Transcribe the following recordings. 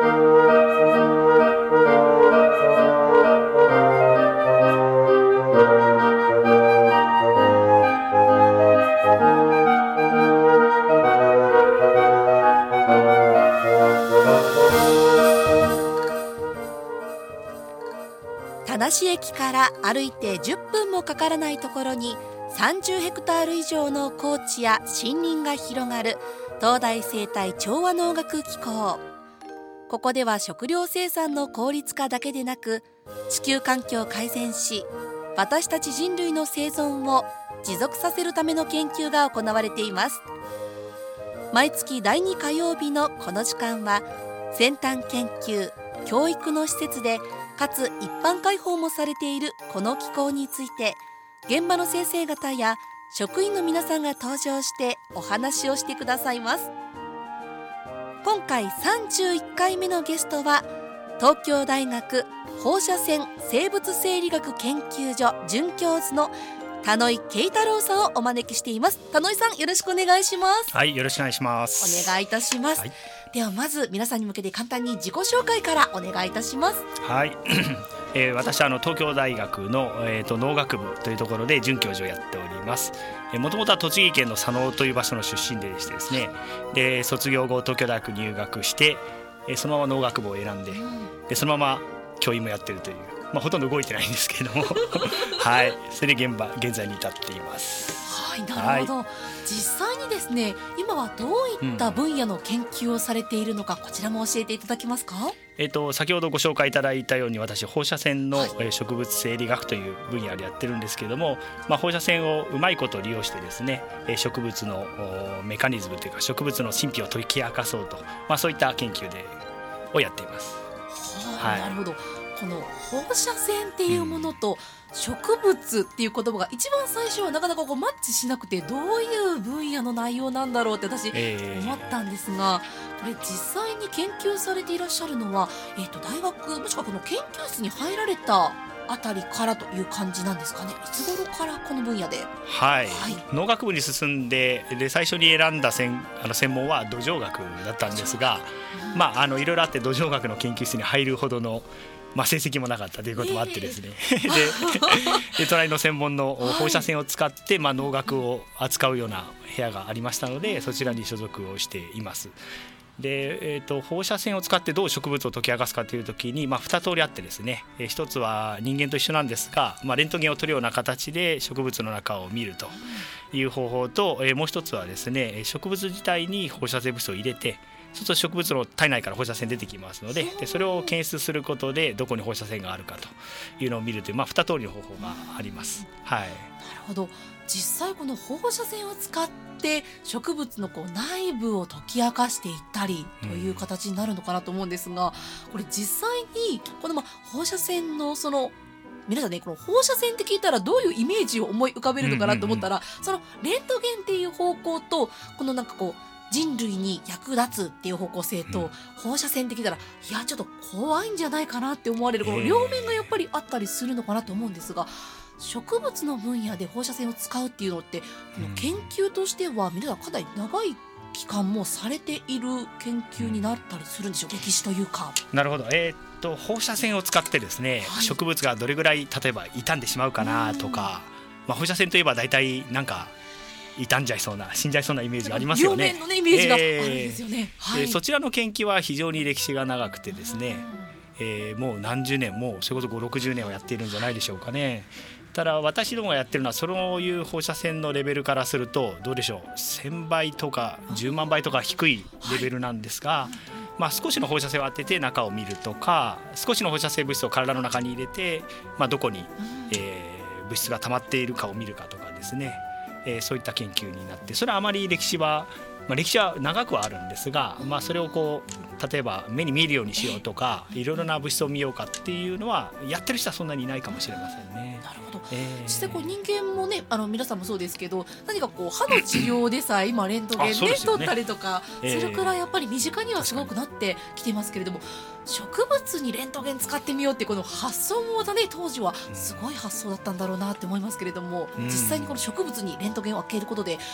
田無駅から歩いて10分もかからないところに30ヘクタール以上の高地や森林が広がる東大生態調和農学機構。ここでは食料生産の効率化だけでなく、地球環境を改善し、私たち人類の生存を持続させるための研究が行われています。毎月第2火曜日のこの時間は、先端研究教育の施設でかつ一般開放もされているこの機構について、現場の先生方や職員の皆さんが登場してお話をしてくださいます。今回31回目のゲストは、東京大学放射線生物生理学研究所准教授の田野慶太郎さんをお招きしています。田野さん、よろしくお願いします。 はい、よろしくお願いします。 お願いいたします、はい、ではまず皆さんに向けて簡単に自己紹介からお願いいたします。 はい、私は東京大学の、農学部というところで准教授をやっております。もともとは栃木県の佐野という場所の出身でしてですね、で卒業後東京大学入学して、そのまま農学部を選んで、でそのまま教員もやっているという、ほとんど動いてないんですけれどもはい、それで現在に至っています。 はい、なるほど、はい、実際にですね、今はどういった分野の研究をされているのか、こちらも教えていただけますか？ 先ほどご紹介いただいたように、私放射線の植物生理学という分野でやってるんですけれども、放射線をうまいこと利用してですね、植物のメカニズムというか植物の神秘を解き明かそうと、そういった研究をやっています。 はい、なるほど。この放射線っていうものと植物っていう言葉が一番最初はなかなかマッチしなくて、どういう分野の内容なんだろうって私思ったんですが、これ実際に研究されていらっしゃるのは、大学もしくはこの研究室に入られたあたりからという感じなんですかね。いつ頃からこの分野で？ はい、農学部に進んで、最初に選んだ専門は土壌学だったんですが、いろいろあって土壌学の研究室に入るほどの成績もなかったということもあってですね、で隣の専門の放射線を使って、農学を扱うような部屋がありましたので、そちらに所属をしています。で、放射線を使ってどう植物を解き明かすかというときに、2通りあってですね、一つは人間と一緒なんですが、レントゲンを取るような形で植物の中を見るという方法と、もう一つはですね、植物自体に放射性物質を入れて、そうすると植物の体内から放射線出てきますので、それを検出することでどこに放射線があるかというのを見るという、2通りの方法があります。はい、なるほど。実際この放射線を使って植物の内部を解き明かしていったりという形になるのかなと思うんですが、これ実際にこの放射線の皆さんね、この放射線って聞いたらどういうイメージを思い浮かべるのかなと思ったら、そのレントゲンっていう方向と、この人類に役立つっていう方向性と、放射線って聞いたら、いやちょっと怖いんじゃないかなって思われる、この両面がやっぱりあったりするのかなと思うんですが、植物の分野で放射線を使うっていうのって、この研究としては皆さんかなり長い期間もされている研究になったりするんでしょう、歴史というか。 なるほど。放射線を使ってですね、植物がどれぐらい例えば傷んでしまうかなとか、放射線といえば大体傷んじゃいそうな、死んじゃいそうなイメージがありますよね。 両面のイメージがあるんですよね。 そちらの研究は非常に歴史が長くてですね、もう何十年、もうそれこそ5、60年はやっているんじゃないでしょうかね。ただ私どもがやってるのは、そういう放射線のレベルからするとどうでしょう、1000倍とか10万倍とか低いレベルなんですが、少しの放射線を当てて中を見るとか、少しの放射性物質を体の中に入れて、どこに、物質が溜まっているかを見るかとかですね、そういった研究になって、それはあまり歴史は長くはあるんですが、それを例えば目に見えるようにしようとか、いろいろな物質を見ようかっていうのはやってる人はそんなにいないかもしれませんね。 なるほど。実際人間もね、皆さんもそうですけど、何か歯の治療でさえ今レントゲンで取ったりとかするくらいやっぱり身近にはすごくなってきてますけれども、植物にレントゲン使ってみようってこの発想もまたね、当時はすごい発想だったんだろうなって思いますけれども、実際にこの植物にレントゲンを開けることで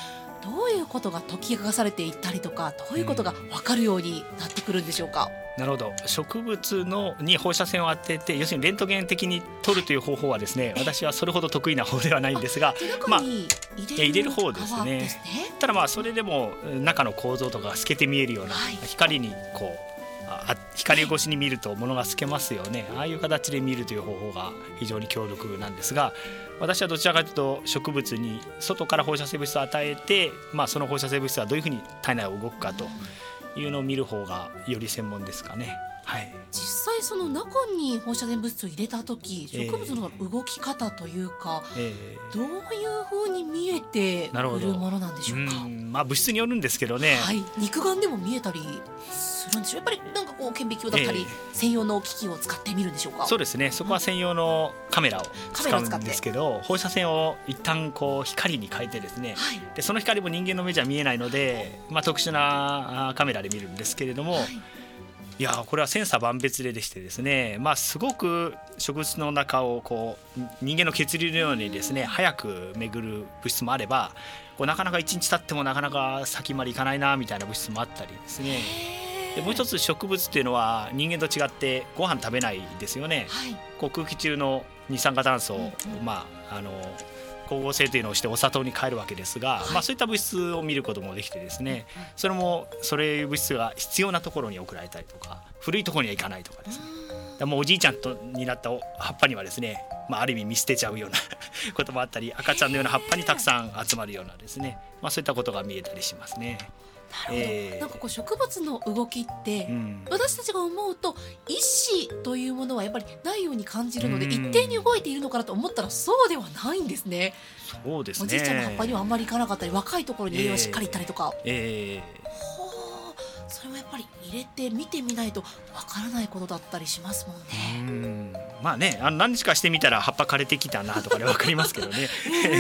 どういうことが解き明かされていったりとか、どういうことが分かるようになってくるんでしょうか。 なるほど。植物に放射線を当てて、要するにレントゲン的に取るという方法はですね、私はそれほど得意な方ではないんですが、 中に入れる方ですね。ただそれでも中の構造とかが透けて見えるような、光にこう光越しに見ると物が透けますよね。ああいう形で見るという方法が非常に強力なんですが、私はどちらかというと植物に外から放射性物質を与えて、その放射性物質がどういうふうに体内を動くかというのを見る方がより専門ですかね。はい、 実際その中に放射性物質を入れた時、植物の動き方というか、どういうふうに見えてくるものなんでしょうか。 物質によるんですけどね、 肉眼でも見えたりするんでしょう。やっぱりなんかこう顕微鏡だったり、専用の機器を使ってみるんでしょうか。 そうですね、そこは専用のカメラを使うんですけど、放射線を一旦こう光に変えてですね、でその光も人間の目じゃ見えないので、特殊なカメラで見るんですけれども、いやこれは千差万別でしてですね、すごく植物の中をこう人間の血流のようにですね早く巡る物質もあれば、なかなか1日経ってもなかなか先までいかないなみたいな物質もあったりですね。でもう一つ植物っていうのは人間と違ってご飯食べないですよね。こう空気中の二酸化炭素を、光合成というのをしてお砂糖に変えるわけですが、そういった物質を見ることもできてですね、それもそれ物質が必要なところに送られたりとか、古いところには行かないとかですね、もうおじいちゃんになった葉っぱにはですね、ある意味見捨てちゃうようなこともあったり、赤ちゃんのような葉っぱにたくさん集まるようなですね、そういったことが見えたりしますね。 なんかこう植物の動きって、私たちが思うと意志というものはやっぱりないように感じるので、一定に動いているのかなと思ったらそうではないんですね。 そうですね。 おじいちゃんの葉っぱにはあんまりいかなかったり、若いところに栄養がしっかりいったりとか、それはやっぱり入れて見てみないとわからないことだったりしますもんね。 何日かしてみたら葉っぱ枯れてきたなとかで分かりますけどね。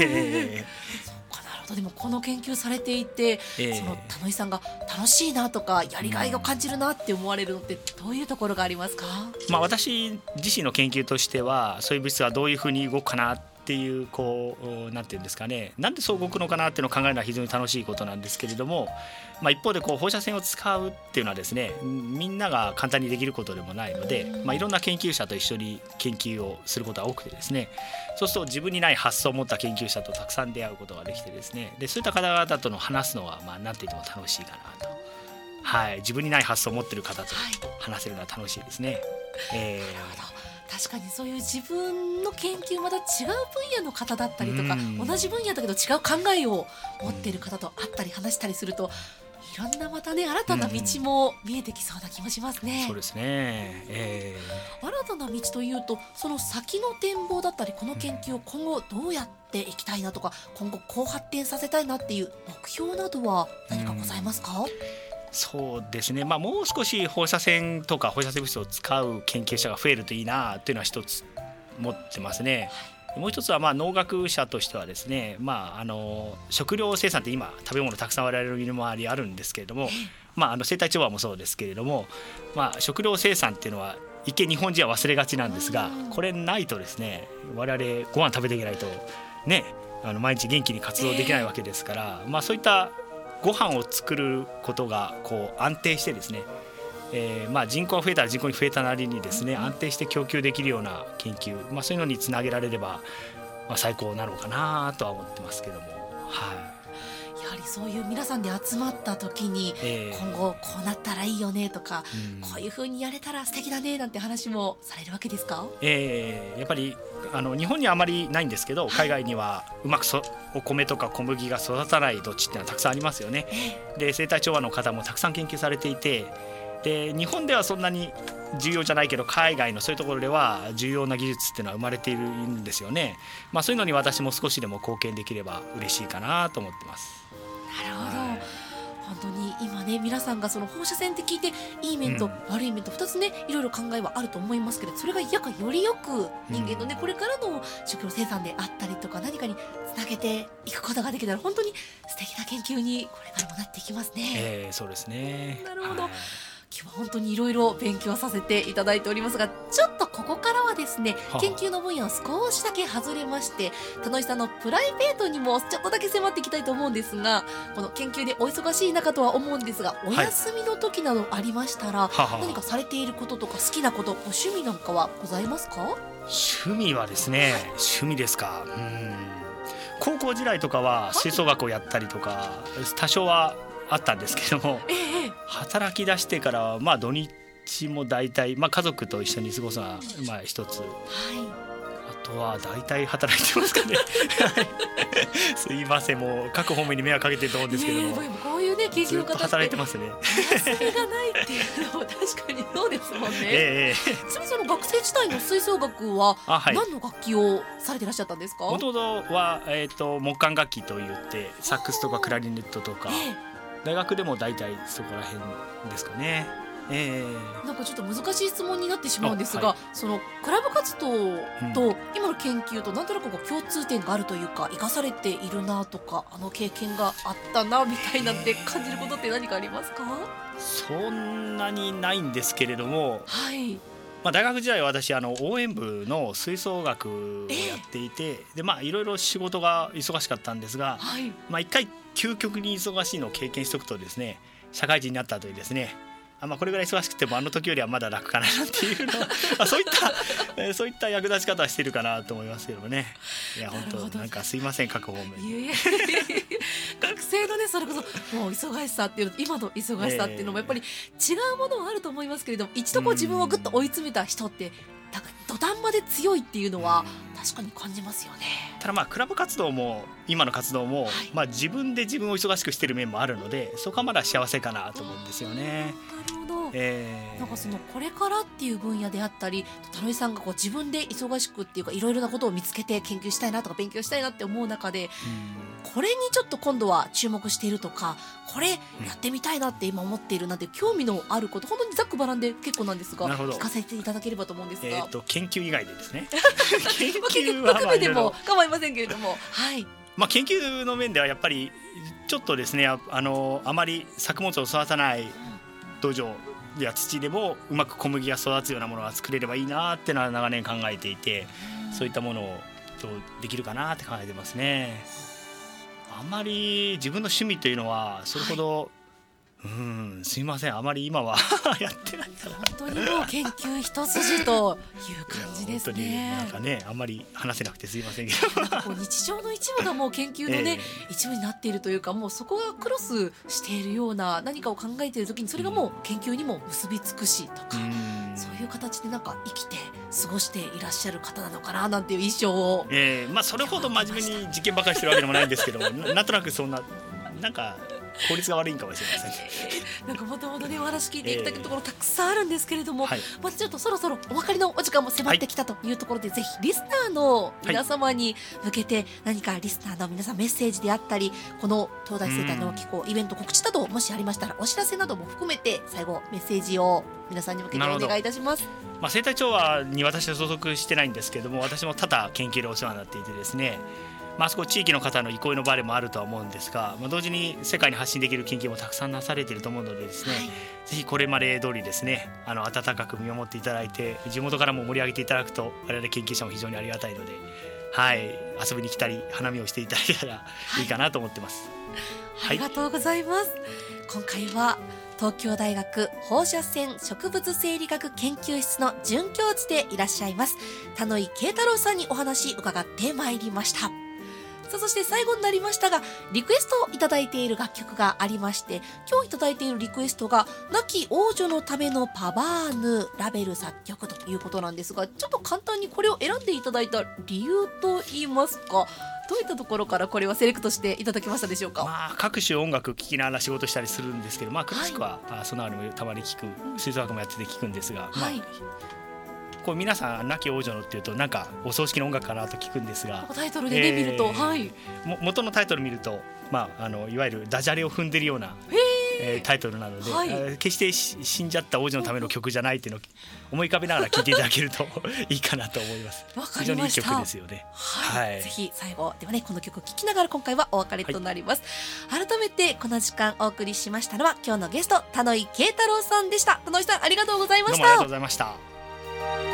でもこの研究されていて、その田野井さんが楽しいなとかやりがいを感じるなって思われるのってどういうところがありますか。 私自身の研究としては、そういう物質がどういうふうに動くかなっていうなんていうんですかね、なんでそう動くのかなっていうのを考えるのは非常に楽しいことなんですけれども、一方で放射線を使うっていうのはですね、みんなが簡単にできることでもないので、いろんな研究者と一緒に研究をすることが多くてですね、そうすると自分にない発想を持った研究者とたくさん出会うことができてですね、でそういった方々との話すのはなんて言っても楽しいかなと。自分にない発想を持っている方と話せるのは楽しいですね。 なるほど。確かにそういう自分の研究また違う分野の方だったりとか、同じ分野だけど違う考えを持っている方と会ったり話したりすると、いろんなまたね新たな道も見えてきそうな気もしますね。 そうですね。 新たな道というと、その先の展望だったり、この研究を今後どうやっていきたいなとか、今後こう発展させたいなっていう目標などは何かございますか。 そうですね、もう少し放射線とか放射性物質を使う研究者が増えるといいなというのは一つ持ってますね。もう一つは農学者としてはですね、食料生産って今食べ物たくさん我々の身の回りあるんですけれども、生態調和もそうですけれども、食料生産っていうのは一見日本人は忘れがちなんですが、これないとですね、我々ご飯食べていけないとね、毎日元気に活動できないわけですから、そういったご飯を作ることが安定してですね、人口が増えたら人口に増えたなりにですね、安定して供給できるような研究、そういうのにつなげられれば、最高なのかなとは思ってますけども、 やはりそういう皆さんで集まった時に、今後こうなったらいいよねとか、こういう風にやれたら素敵だねなんて話もされるわけですか。 やっぱり日本にはあまりないんですけど、海外にはうまくお米とか小麦が育たない土地っていうのはたくさんありますよね。で生態調和の方もたくさん研究されていて、で日本ではそんなに重要じゃないけど、海外のそういうところでは重要な技術っていうのは生まれているんですよね。そういうのに私も少しでも貢献できれば嬉しいかなと思ってます。 なるほど、本当に今ね、皆さんがその放射線って聞いていい面と悪い面と2つね、いろいろ考えはあると思いますけど、それがよりよく人間のね、これからの食料生産であったりとか何かにつなげていくことができたら、本当に素敵な研究にこれからもなっていきますね。 そうですね。 なるほど、今日は本当にいろいろ勉強させていただいておりますが、ちょっとここからはですですね、 はあ研究の分野を少しだけ外れまして、田野井さんのプライベートにもちょっとだけ迫っていきたいと思うんですが、この研究でお忙しい中とは思うんですが、お休みの時などありましたら、 はあはあ何かされていることとか好きなこと、ご趣味なんかはございますか？ 趣味はですね、趣味ですか。高校時代とかは吹奏楽をやったりとか多少はあったんですけども、働き出してからはまあ土日も大体、まあ、家族と一緒に過ごすのはまあ一つ、あとは大体働いてますかねすいません、もう各方面に迷惑かけてると思うんですけども、 こういうね研究ずっとの方って働いてますね。 休みがないっていうのは確かにそうですもんね。ちなみにその学生時代の吹奏楽は何の楽器をされていらっしゃったんですか？ もともとは、木管楽器といってサックスとかクラリネットとか、大学でも大体そこら辺ですかね。 なんかちょっと難しい質問になってしまうんですが、そのクラブ活動と今の研究となんとなくこう共通点があるというか、生かされているなとか、あの経験があったなみたいなんて感じることって何かありますか？ そんなにないんですけれども、まあ、大学時代は私応援部の吹奏楽をやっていて、でまあいろいろ仕事が忙しかったんですが、まあ一回究極に忙しいのを経験しておくとですね、社会人になった後にですね、まあ、これぐらい忙しくてもあの時よりはまだ楽かなっていうのはそういった役立ち方はしてるかなと思いますけどもね。いや本当なんかすいません、各方面学生のね、それこそもう忙しさっていうのと今の忙しさっていうのもやっぱり違うものはあると思いますけれども、一度こう自分をぐっと追い詰めた人ってなんか土壇場で強いっていうのは確かに感じますよね。 ただまあクラブ活動も今の活動も、まあ自分で自分を忙しくしてる面もあるので、そこはまだ幸せかなと思うんですよね。 なるほど。なんかそのこれからっていう分野であったり、田野井さんがこう自分で忙しくっていうかいろいろなことを見つけて研究したいなとか勉強したいなって思う中で、これにちょっと今度は注目しているとか、これやってみたいなって今思っているなんて興味のあること、本当にざっくばらんで結構なんですが聞かせていただければと思うんですが、 研究以外でですね研究は含めても構いませんけれども、 まあ、研究の面ではやっぱりちょっとですね、あまり作物を育たない土壌や土でもうまく小麦が育つようなものが作れればいいなってのは長年考えていて、そういったものをどうできるかなって考えてますね。あまり自分の趣味というのはそれほど、すいません、あまり今はやってないかな。 本当にもう研究一筋という感じですね。 本当になんかね、あんまり話せなくてすいませんけどなんかこう日常の一部がもう研究のね、一部になっているというか、もうそこがクロスしているような何かを考えている時にそれがもう研究にも結びつくしとか、そういう形でなんか生きて過ごしていらっしゃる方なのかななんていう印象を、 まあそれほど真面目に実験ばかりしてるわけでもないんですけどなんとなくそんななんか効率が悪いんかもしれませんなんかもともとねお話聞いていただけるところたくさんあるんですけれども、まずちょっとそろそろお別れのお時間も迫ってきたというところで、ぜひリスナーの皆様に向けて何かリスナーの皆さんメッセージであったり、この東大生態の機構イベント告知などもしありましたらお知らせなども含めて最後メッセージを皆さんに向けてお願いいたします。 まあ、生態調和に私は所属してないんですけれども、私も多々研究でお世話になっていてですね、まあそこ地域の方の憩いの場でもあるとは思うんですが、同時に世界に発信できる研究もたくさんなされていると思うのでですね、ぜひこれまで通りですね、温かく見守っていただいて、地元からも盛り上げていただくと我々研究者も非常にありがたいので、遊びに来たり花見をしていただけたらいいかなと思ってます。 ありがとうございます。今回は東京大学放射線植物生理学研究室の准教授でいらっしゃいます田野井慶太郎さんにお話伺ってまいりました。さあ、そして最後になりましたが、リクエストをいただいている楽曲がありまして、今日いただいているリクエストが亡き王女のためのパバーヌラベル作曲ということなんですが、ちょっと簡単にこれを選んでいただいた理由といいますか、どういったところからこれはセレクトしていただきましたでしょうか？ まあ、各種音楽聴きながら仕事したりするんですけど、まあ、クラシックはそのあるもたまに聴く、吹奏楽もやってて聴くんですが、こう皆さん亡き王女のっていうとなんかお葬式の音楽かなと聞くんですが、 タイトルで、ね見ると、 元のタイトル見ると、まあ、いわゆるダジャレを踏んでるようなタイトルなので、決して死んじゃった王女のための曲じゃないっていうのを思い浮かべながら聴いていただけるといいかなと思います。非常にいい曲ですよね。 ぜひ最後ではね、この曲を聴きながら今回はお別れとなります。改めてこの時間お送りしましたのは今日のゲスト田野井慶太郎さんでした。田野井さん、ありがとうございました。 どうもありがとうございました。